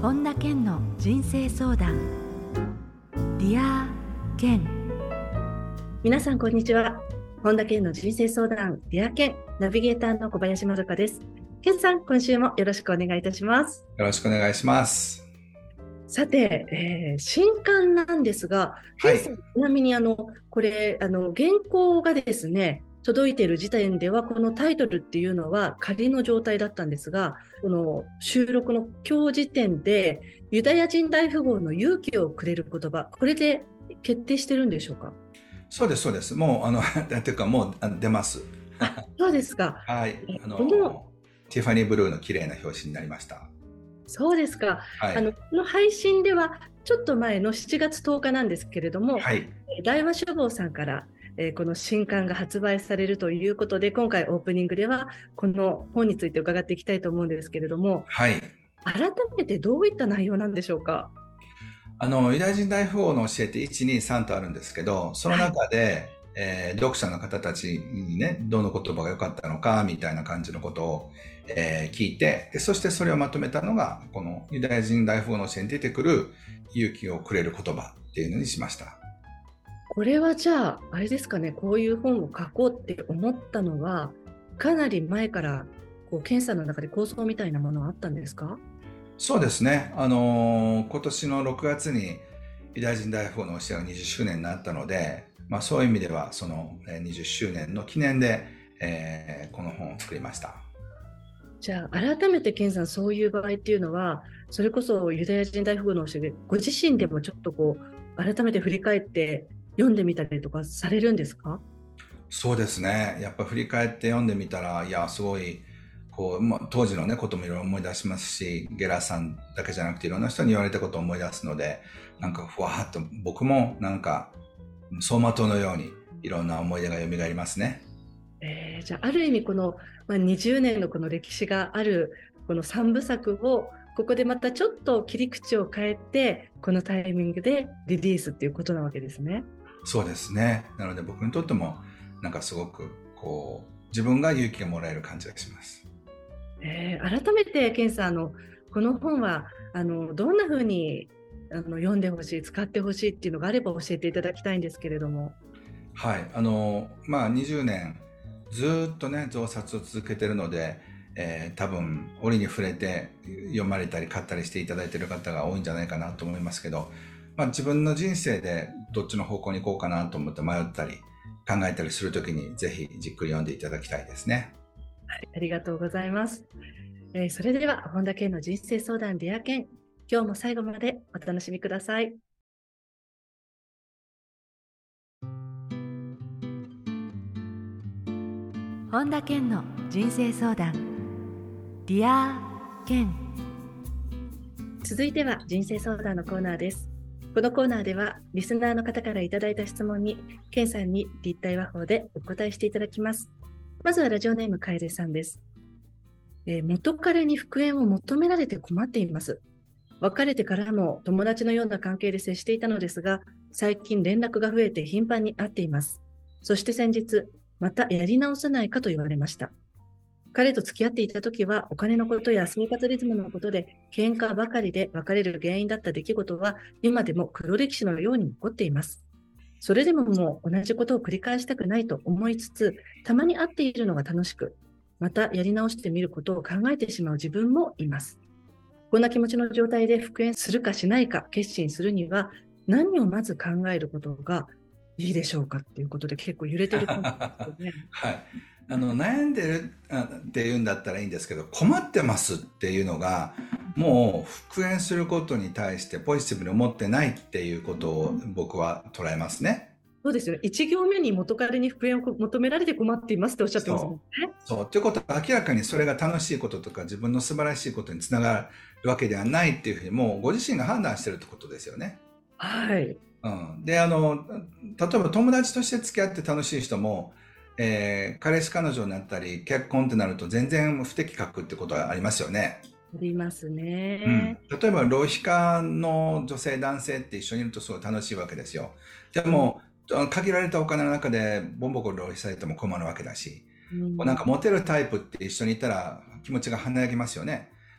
本田健の人生相談。ディア健。皆さんこんにちは。本田健の人生相談ディア健ナビゲーターの小林まどかです。健さん、今週もよろしくお願いいたします。 よろしくお願いします。 さて、新刊なんですが、健さん、ちなみにこれ原稿がですね届いている時点ではこのタイトルっていうのは仮の状態だったんですが、この収録の今日時点でユダヤ人大富豪の勇気をくれる言葉、これで決定してるんでしょうか？ そうです、そうです。もうなんていうかもう出ます。 そうですか。 はい。 このティファニーブルーの綺麗な表紙になりました。 そうですか。 はい。 この配信ではちょっと前の7月10日なんですけれども、 はい。 大和書房さんからこの新刊が発売されるということで、今回オープニングではこの本について伺っていきたいと思うんですけれども、 はい。 改めてどういった内容なんでしょうか？ ユダヤ人大富豪の教えて1、2、3とあるんですけど、そのはい。 中で、読者の方たちにね、どの言葉が良かったのか、みたいな感じのことを、聞いて、でそしてそれをまとめたのが、このユダヤ人大富豪の教えに出てくる勇気をくれる言葉っていうのにしました。 これはじゃあ、あれですかね、こういう本を書こうって思ったのは、かなり前から検査の中で構想みたいなものはあったんですか？ そうですね。今年の6月にユダヤ人大富豪の教えが20周年になったので、まあそういう意味ではその20周年の記念で、この本を作りました。 じゃあ、改めて健さん、そういう場合っていうのは、それこそユダヤ人大富豪の教えで、ご自身でもちょっと改めて振り返って読んでみたりとかされるんですか？ そうですね。やっぱ振り返って読んでみたら、いや、すごい、当時のね、こともいろいろ思い出しますし、ゲラさんだけじゃなくていろんな人に言われたことを思い出すので、なんかふわーっと僕もなんか走馬灯のようにいろんな思い出が蘇りますね。 じゃあ、ある意味20年のこの歴史があるこの3部作をここでまたちょっと切り口を変えてこのタイミングでリリースっていうことなわけですね。 そうですね。なので僕にとってもなんかすごく自分が勇気がもらえる感じがします。 改めて健さん、この本はどんな風に読んでほしい、使ってほしいっていうのがあれば教えていただきたいんですけれども。 はい。まあ20年ずっとね、増刷を続けてるので、多分折に触れて読まれたり買ったりしていただいている方が多いんじゃないかなと思いますけど、まあ自分の人生でどっちの方向に行こうかなと思って迷ったり考えたりするときにぜひじっくり読んでいただきたいですね。 はい、ありがとうございます。それでは本田健の人生相談ディア健、今日も最後までお楽しみください。本田健の人生相談ディア健。続いては人生相談のコーナーです。このコーナーではリスナーの方からいただいた質問に健さんに立体話法でお答えしていただきます。まずはラジオネームカエレさんです。元彼に復縁を求められて困っています。別れてからも友達のような関係で接していたのですが、最近連絡が増えて頻繁に会っています。そして先日、またやり直さないかと言われました。彼と付き合っていた時はお金のことや生活リズムのことで喧嘩ばかりで別れる原因だった出来事は今でも黒歴史のように残っています。それでももう同じことを繰り返したくないと思いつつ、たまに会っているのが楽しく、またやり直してみることを考えてしまう自分もいます。こんな気持ちの状態で復縁するかしないか決心するには何をまず考えることがいいでしょうかっていうことで結構揺れてる感じですよね。 はい。悩んでるっていうんだったらいいんですけど、困ってますっていうのが、もう復縁することに対してポジティブに思ってないっていうことを僕は捉えますね。 そうですよね。1行目に元彼に復縁を求められて困っていますっておっしゃってますもんね。 そう。ということは明らかにそれが楽しいこととか自分の素晴らしいことにつながるわけではないっていうふうにもうご自身が判断してるってことですよね。 はい。 うん。で、例えば友達として付き合って楽しい人も、彼氏彼女になったり結婚ってなると全然不適格ってことはありますよね。 ありますうん。 ね。 例えば浪費家の女性男性って一緒にいるとすごい楽しいわけですよ。でうん。 も限られたお金の中でボンボコ浪費されても困るわけだし、 うん。 なんかモテるタイプって一緒にいたら気持ちが華やぎますよね。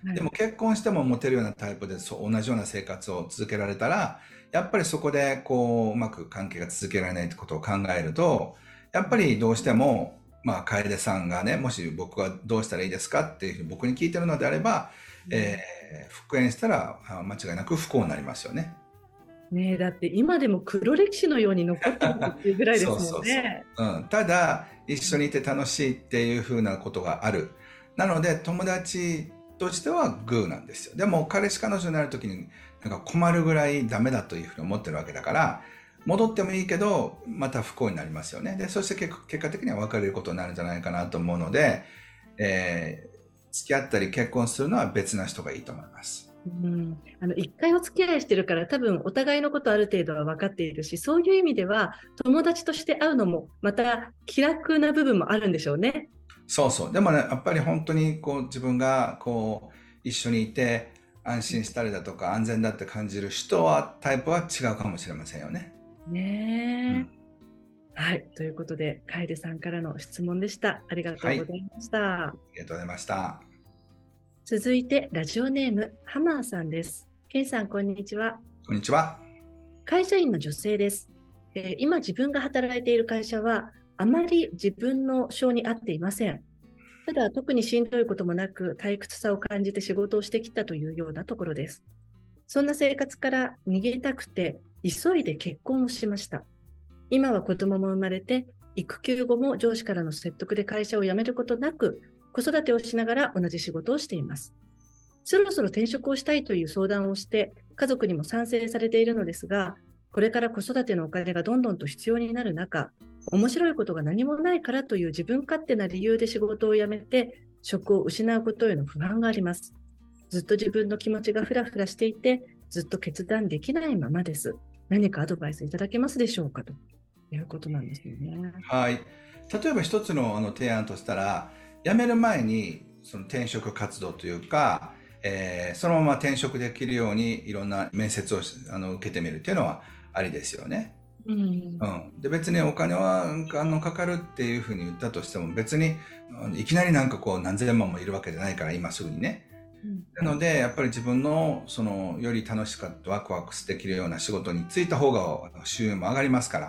でも結婚してもモテるようなタイプで同じような生活を続けられたら、やっぱりそこでこう、うまく関係が続けられないってことを考えると、やっぱりどうしても、まあ、楓さんがね、もし僕はどうしたらいいですかっていうふうに僕に聞いてるのであれば、復縁したら間違いなく不幸になりますよね。 ねえ、だって今でも黒歴史のように残ってるっていうぐらいですもんね。 そうそうそう。ただ、一緒にいて楽しいっていうふうなことがある。なので、友達としてはグーなんですよ。でも、彼氏彼女になるときになんか困るぐらいダメだというふうに思ってるわけだから、戻ってもいいけど、また不幸になりますよね。で、そして結果的には別れることになるんじゃないかなと思うので、付き合ったり結婚するのは別な人がいいと思います。 一回お付き合いしてるから多分お互いのことある程度は分かっているし、そういう意味では友達として会うのもまた気楽な部分もあるんでしょうね。 そうそう。でもね、やっぱり本当にこう自分がこう一緒にいて安心したりだとか安全だって感じる人はタイプは違うかもしれませんよね。 ねえ、はい。ということで、楓さんからの質問でした。ありがとうございました。 ありがとうございました。 続いて、ラジオネーム、ハマーさんです。ケンさん、こんにちは。 こんにちは。 会社員の女性です。今、自分が働いている会社は、あまり自分の性に合っていません。ただ、特にしんどいこともなく、退屈さを感じて仕事をしてきたというようなところです。そんな生活から逃げたくて、急いで結婚をしました。今は子供も生まれて、育休後も上司からの説得で会社を辞めることなく、子育てをしながら同じ仕事をしています。そろそろ転職をしたいという相談をして、家族にも賛成されているのですが、これから子育てのお金がどんどんと必要になる中、面白いことが何もないからという自分勝手な理由で仕事を辞めて、職を失うことへの不安があります。ずっと自分の気持ちがフラフラしていて、ずっと決断できないままです。何かアドバイスいただけますでしょうかということなんですよね。 はい。例えば一つの提案としたら、辞める前にその転職活動というか、そのまま転職できるようにいろんな面接を受けてみるっていうのはありですよね。で別にお金はかかるっていうふうに言ったとしても別にいきなりなんかこう何千万もいるわけじゃないから今すぐにね。なのでやっぱり自分のそのより楽しかったワクワクできるような仕事に就いた方が収入も上がりますから、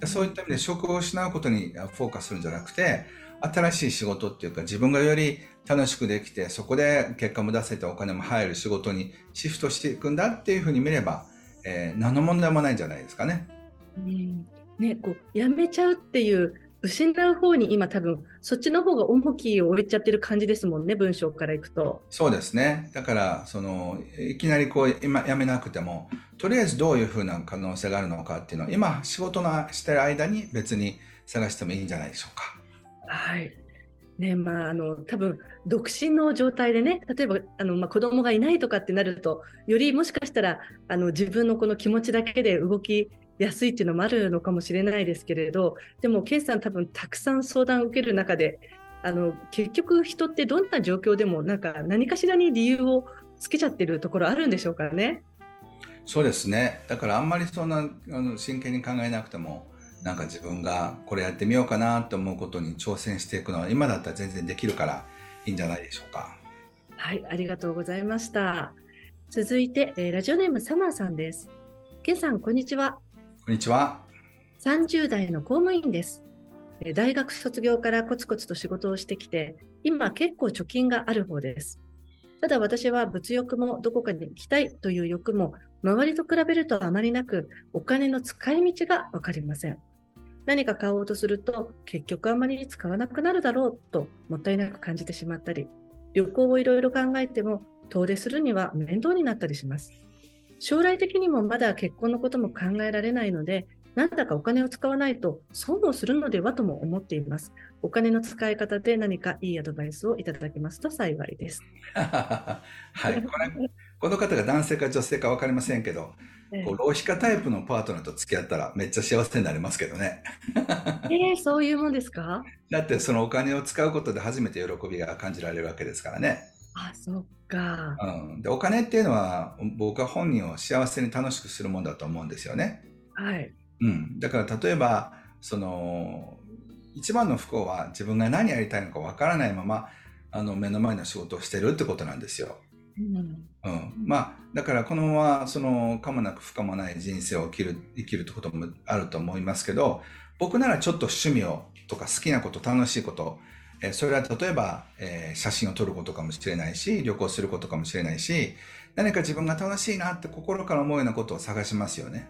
そういった意味で職を失うことにフォーカスするんじゃなくて、新しい仕事っていうか自分がより楽しくできてそこで結果も出せてお金も入る仕事にシフトしていくんだっていうふうに見れば、何の問題もないんじゃないですかね。 こうやめちゃうっていう失う方に今多分そっちの方が重きを置いちゃってる感じですもんね、文章からいくと。 そうですね。だからいきなりこう今やめなくてもとりあえずどういうふうな可能性があるのかっていうのを今仕事のしてる間に別に探してもいいんじゃないでしょうか。 はいね、多分独身の状態でね、例えば子供がいないとかってなるとよりもしかしたら自分のこの気持ちだけで動きやすいっていうのもあるのかもしれないですけれど、でもケンさん多分たくさん相談を受ける中で結局人ってどんな状況でも何かしらに理由をつけちゃってるところあるんでしょうかね。 そうですね。だからあんまりそんな真剣に考えなくてもなんか自分がこれやってみようかなと思うことに挑戦していくのは今だったら全然できるからいいんじゃないでしょうか。 はい、ありがとうございました。続いて、ラジオネームサマーさんです。ケンさん、こんにちは。 こんにちは。 30代の公務員です。大学卒業からコツコツと仕事をしてきて、今結構貯金がある方です。ただ私は物欲もどこかに行きたいという欲も周りと比べるとあまりなく、お金の使い道がわかりません。何か買おうとすると結局あまり使わなくなるだろうともったいなく感じてしまったり、旅行をいろいろ考えても遠出するには面倒になったりします。将来的にもまだ結婚のことも考えられないので、なんだかお金を使わないと損をするのではとも思っています。お金の使い方で何かいいアドバイスをいただけますと幸いです。 はい、この方が男性か女性か分かりませんけど、こう浪費家タイプのパートナーと付き合ったらめっちゃ幸せになりますけどね。 そういうもんですか？ だってそのお金を使うことで初めて喜びが感じられるわけですからね。 そっか。 でお金っていうのは僕は本人を幸せに楽しくするもんだと思うんですよね。 はい。 だから例えば一番の不幸は自分が何やりたいのかわからないまま目の前の仕事をしてるってことなんですよ。 まあだからこのままその可もなく不可もない人生を生きるってこともあると思いますけど、僕ならちょっと趣味をとか好きなこと、楽しいこと、それは例えば、写真を撮ることかもしれないし、旅行することかもしれないし、何か自分が楽しいなって心から思うようなことを探しますよね。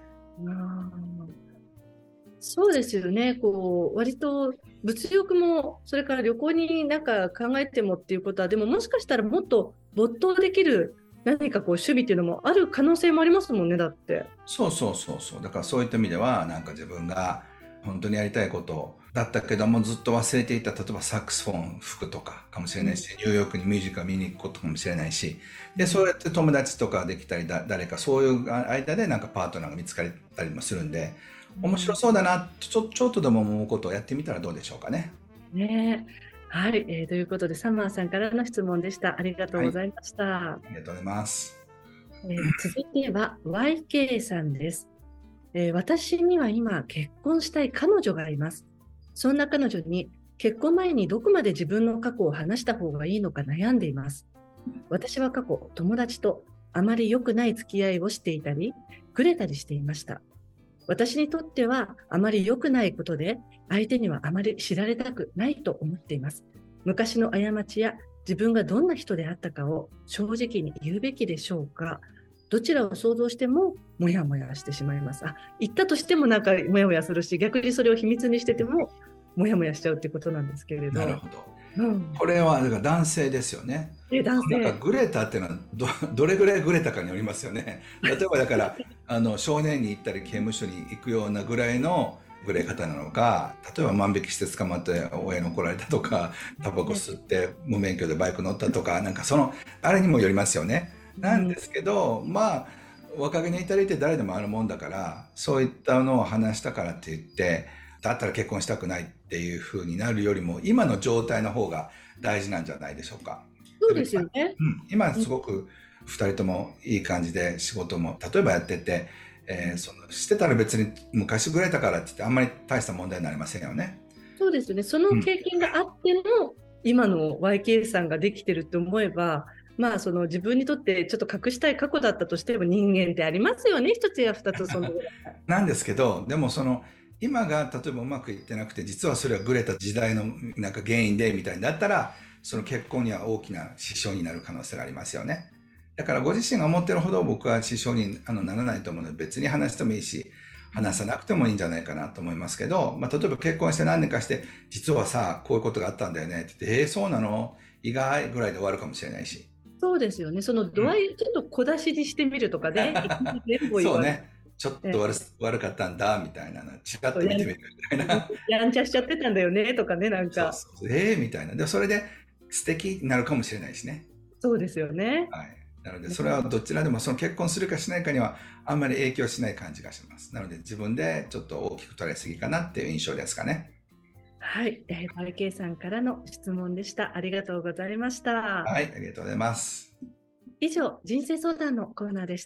そうですよね。こう割と物欲もそれから旅行になんか考えてもっていうことは、でももしかしたらもっと没頭できる何かこう趣味っていうのもある可能性もありますもんね。だってそうそうそうそう。だからそういった意味ではなんか自分が本当にやりたいことだったけどもずっと忘れていた、例えばサックスフォン吹くとかかもしれないし、ニューヨークにミュージカル見に行くことかもしれないし、でそうやって友達とかできたり誰かそういう間でなんかパートナーが見つかったりもするんで、面白そうだなちょっとでも思うことをやってみたらどうでしょうかね。 ね。はい、ということでサマーさんからの質問でした。ありがとうございました。 はい、ありがとうございます。 続いては YK さんです。私には今結婚したい彼女がいます。そんな彼女に結婚前にどこまで自分の過去を話した方がいいのか悩んでいます。私は過去友達とあまり良くない付き合いをしていたりぐれたりしていました。私にとってはあまり良くないことで相手にはあまり知られたくないと思っています。昔の過ちや自分がどんな人であったかを正直に言うべきでしょうか。どちらを想像してももやもやしてしまいます。言ったとしてもなんかもやもやするし、逆にそれを秘密にしててももやもやしちゃうってことなんですけれど。 なるほど。これはだから男性ですよね。 男性。 なんかグレたっていうのはどれぐらいグレたかによりますよね。例えばだから少年に行ったり刑務所に行くようなぐらいのグレ方なのか、例えば万引きして捕まって親に怒られたとか、タバコ吸って無免許でバイク乗ったとか、なんかそのあれにもよりますよね。なんですけど、まあ若気の至りって誰でもあるもんだから、そういったのを話したからって言ってだったら結婚したくないっていう風になるよりも今の状態の方が大事なんじゃないでしょうか。 そうですよね。 今すごく2人ともいい感じで仕事も例えばやってて、してたら別に昔ぐらいだからって言ってあんまり大した問題になりませんよね。 そうですよね。その経験があっての、今の YK さんができてるって思えば、まあその自分にとってちょっと隠したい過去だったとしても人間ってありますよね。一つや二つそのなんですけど、でもその今が例えばうまくいってなくて実はそれはグレた時代のなんか原因でみたいになったら、その結婚には大きな支障になる可能性がありますよね。だからご自身が思ってるほど僕は支障にならないと思うので、別に話してもいいし話さなくてもいいんじゃないかなと思いますけど、例えば結婚して何年かして実はさこういうことがあったんだよねって言ってそうなの意外ぐらいで終わるかもしれないし。 そうですよね。その度合いちょっと小出しにしてみるとかね。 そうね。ちょっと悪かったんだみたいなのチラッと見てみるみたいな。 やんちゃしちゃってたんだよねとかね、なんか。 そうみたいな。でそれで素敵になるかもしれないしね。 そうですよね。 はい。なのでそれはどちらでもその結婚するかしないかにはあんまり影響しない感じがします。なので自分でちょっと大きく捉えすぎかなっていう印象ですかね。 はい、YK さんからの質問でした。ありがとうございました。 はい、ありがとうございます。 以上、人生相談のコーナーでした。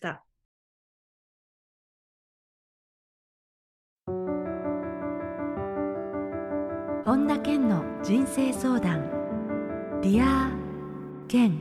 本田健の人生相談。ディア健。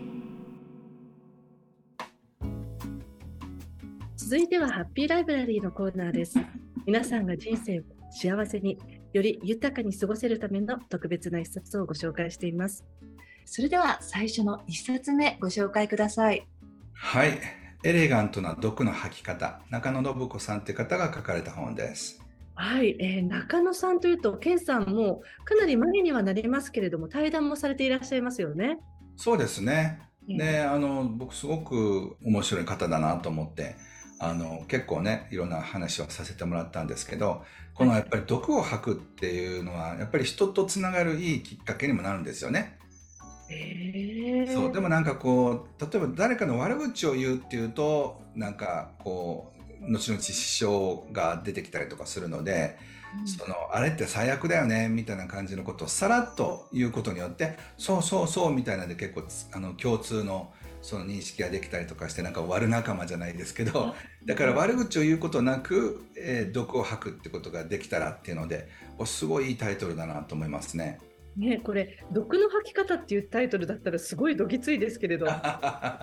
続いてはハッピーライブラリーのコーナーです。皆さんが人生を幸せにより豊かに過ごせるための特別な一冊をご紹介しています。 それでは最初の一冊目ご紹介ください。 はい、エレガントな毒の吐き方、中野信子さんという方が書かれた本です。 はい、中野さんというと健さんもかなり前にはなりますけれども対談もされていらっしゃいますよね。 そうですね。で、僕すごく面白い方だなと思って結構ねいろんな話をさせてもらったんですけど、このやっぱり毒を吐くっていうのはやっぱり人とつながるいいきっかけにもなるんですよね。そうでもなんかこう例えば誰かの悪口を言うっていうとなんかこう後々支障が出てきたりとかするので、あれって最悪だよねみたいな感じのことをさらっと言うことによってそうみたいなので結構共通のその認識ができたりとかして、なんか悪仲間じゃないですけど、だから悪口を言うことなく、毒を吐くってことができたらっていうので、すごいいいタイトルだなと思いますね。 ね、これ毒の吐き方っていうタイトルだったらすごいどぎついですけれどエレ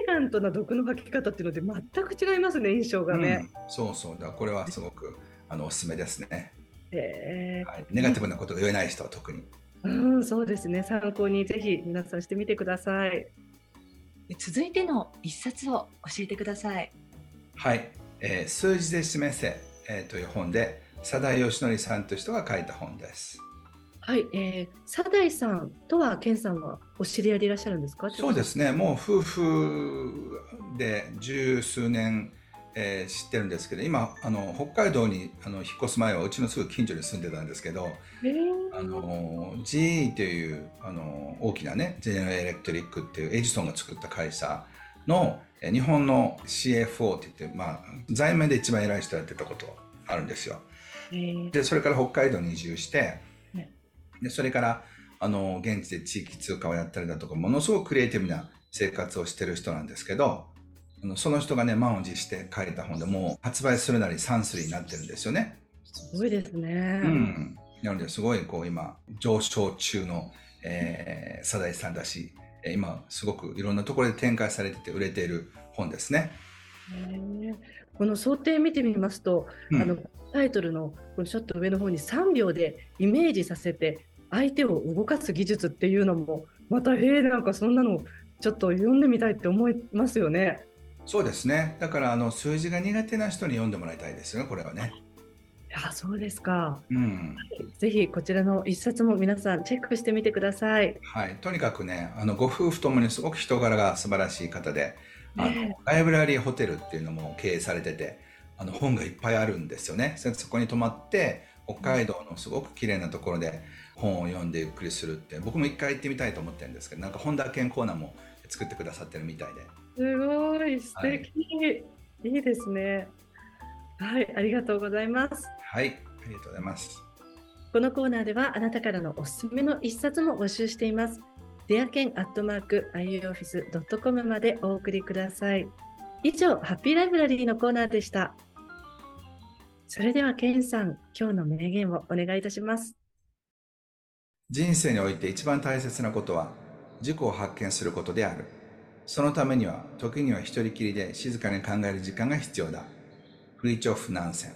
ガントな毒の吐き方っていうので全く違いますね、印象がね。 そうそう。だからこれはすごくおすすめですね。 えはい、ネガティブなことが言えない人は特に。 そうですね。参考にぜひ皆さんしてみてください。 続いての一冊を教えてください。 はい、数字で示せ、という本で佐田義則さんという人が書いた本です。 はい、佐田井さんとは健さんはお知り合いでいらっしゃるんですか？ そうですね、もう夫婦で十数年、知ってるんですけど、今北海道に引っ越す前はうちのすぐ近所に住んでたんですけど、GE という大きなね、ジェネラルエレクトリックっていうエジソンが作った会社の日本の CFO って言って、財務で一番偉い人やってたことあるんですよ。でそれから北海道に移住して、でそれから現地で地域通貨をやったりだとか、ものすごくクリエイティブな生活をしてる人なんですけど、その人がね、満を持して書いた本で、もう発売するなり3種類になってるんですよね。 すごいですね。 なのですごい今上昇中の、佐田井さんだし、今すごくいろんなところで展開されてて売れている本ですね。 この想定見てみますと、タイトルのこのちょっと上の方に3秒でイメージさせて相手を動かす技術っていうのもまたなんかそんなのちょっと読んでみたいって思いますよね。 そうですね。だから数字が苦手な人に読んでもらいたいですよね、これはね。 いや、そうですか。ぜひこちらの一冊も皆さんチェックしてみてください。 はい、とにかくね、ご夫婦ともにすごく人柄が素晴らしい方で、ライブラリーホテルっていうのも経営されてて、本がいっぱいあるんですよね。そこに泊まって北海道のすごく綺麗なところで本を読んでゆっくりするって、僕も一回行ってみたいと思ってるんですけど、なんか本田健コーナーも作ってくださってるみたいで。 すごい素敵、いいですね。はい、ありがとうございます。 はい、ありがとうございます。 このコーナーではあなたからのおすすめの一冊も募集しています。dearken@iuoffice.com までお送りください。以上、ハッピーライブラリーのコーナーでした。それではケンさん、今日の名言をお願いいたします。 人生において一番大切なことは自己を発見することである。そのためには時には一人きりで静かに考える時間が必要だ。フリーチョフ・ナンセン。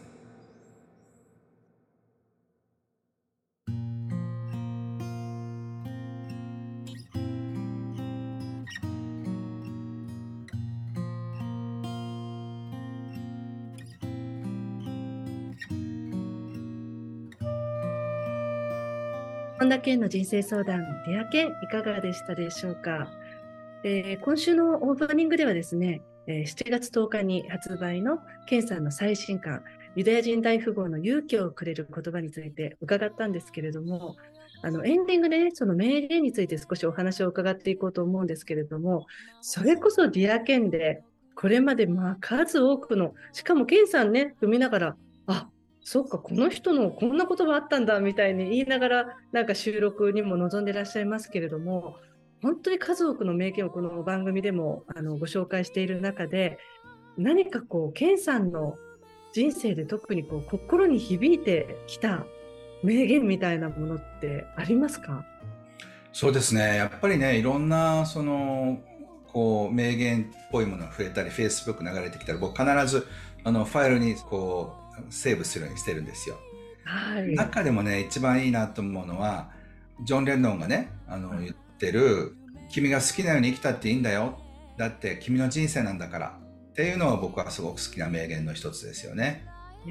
本田健の人生相談、デア健、いかがでしたでしょうか。今週のオープニングではですね、7月10日に発売の健さんの最新刊、ユダヤ人大富豪の勇気をくれる言葉について伺ったんですけれども、エンディングでね、その名言について少しお話を伺っていこうと思うんですけれども、それこそディア健で、これまで数多くの、しかも健さんね、読みながら、そっか、この人のこんな言葉あったんだみたいに言いながら、なんか収録にも臨んでいらっしゃいますけれども、本当に数多くの名言をこの番組でもご紹介している中で、何か健さんの人生で特に心に響いてきた名言みたいなものってありますか？ そうですね、やっぱりね、いろんな名言っぽいものが増えたり、Facebook 流れてきたら、僕必ずファイルにセーブするようにしてるんですよ。中でもね、一番いいなと思うのは、ジョン・レノンがね、言ってる、君が好きなように生きたっていいんだよ。だって君の人生なんだから。っていうのは僕はすごく好きな名言の一つですよね。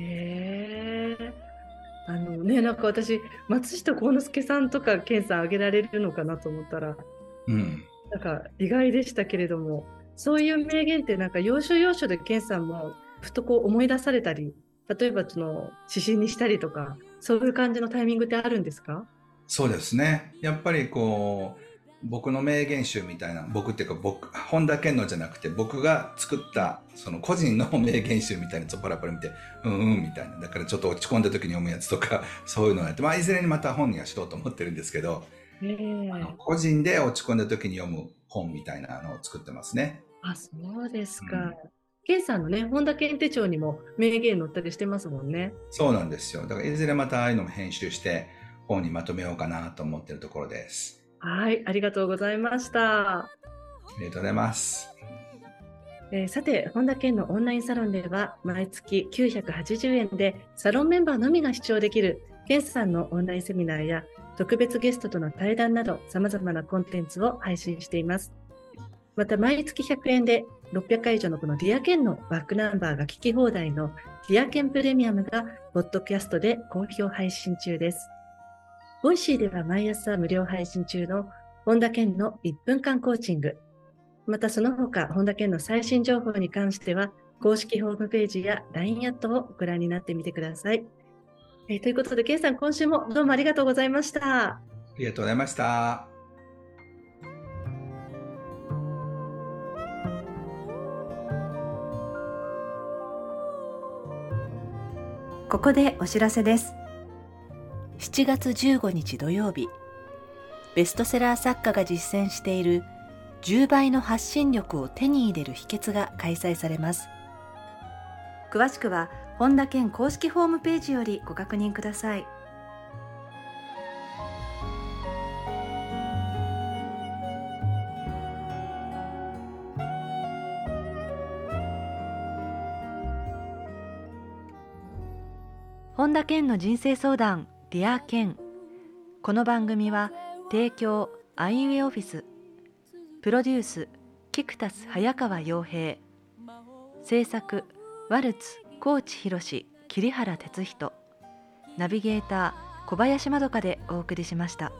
なんか私、松下幸之助さんとか健さん挙げられるのかなと思ったら、なんか意外でしたけれども、そういう名言ってなんか要所要所で健さんもふと思い出されたり、例えば指針にしたりとか、そういう感じのタイミングってあるんですか？ そうですね。やっぱり僕の名言集みたいな、僕っていうか本田健のじゃなくて、僕が作ったその個人の名言集みたいなやつをパラパラ見て、みたいな。だからちょっと落ち込んだ時に読むやつとか、そういうのをやって、いずれにまた本にはしようと思ってるんですけど、個人で落ち込んだ時に読む本みたいなのを作ってますね。 そうですか。健さんのね、本田健手帳にも名言載ったりしてますもんね。 そうなんですよ。だからいずれまたああいうのも編集して本にまとめようかなと思ってるところです。 はい、ありがとうございました。 ありがとうございます。 さて、本田健のオンラインサロンでは毎月980円でサロンメンバーのみが視聴できる健さんのオンラインセミナーや特別ゲストとの対談など様々なコンテンツを配信しています。また毎月100円で600回以上のこのディア健のバックナンバーが聞き放題のディア健プレミアムがポッドキャストで好評配信中です。ボイシーでは毎朝無料配信中の本田健の1分間コーチング、またその他本田健の最新情報に関しては公式ホームページや LINE アットをご覧になってみてください。ということで、健さん、今週もどうもありがとうございました。 ありがとうございました。 ここでお知らせです。7月15日土曜日、ベストセラー作家が実践している10倍の発信力を手に入れる秘訣が開催されます。詳しくは本田健公式ホームページよりご確認ください。本田健の人生相談ディア健。この番組は提供アイウェイオフィス、プロデュースキクタス早川洋平、制作ワルツ高知博桐原哲人、ナビゲーター小林まどかでお送りしました。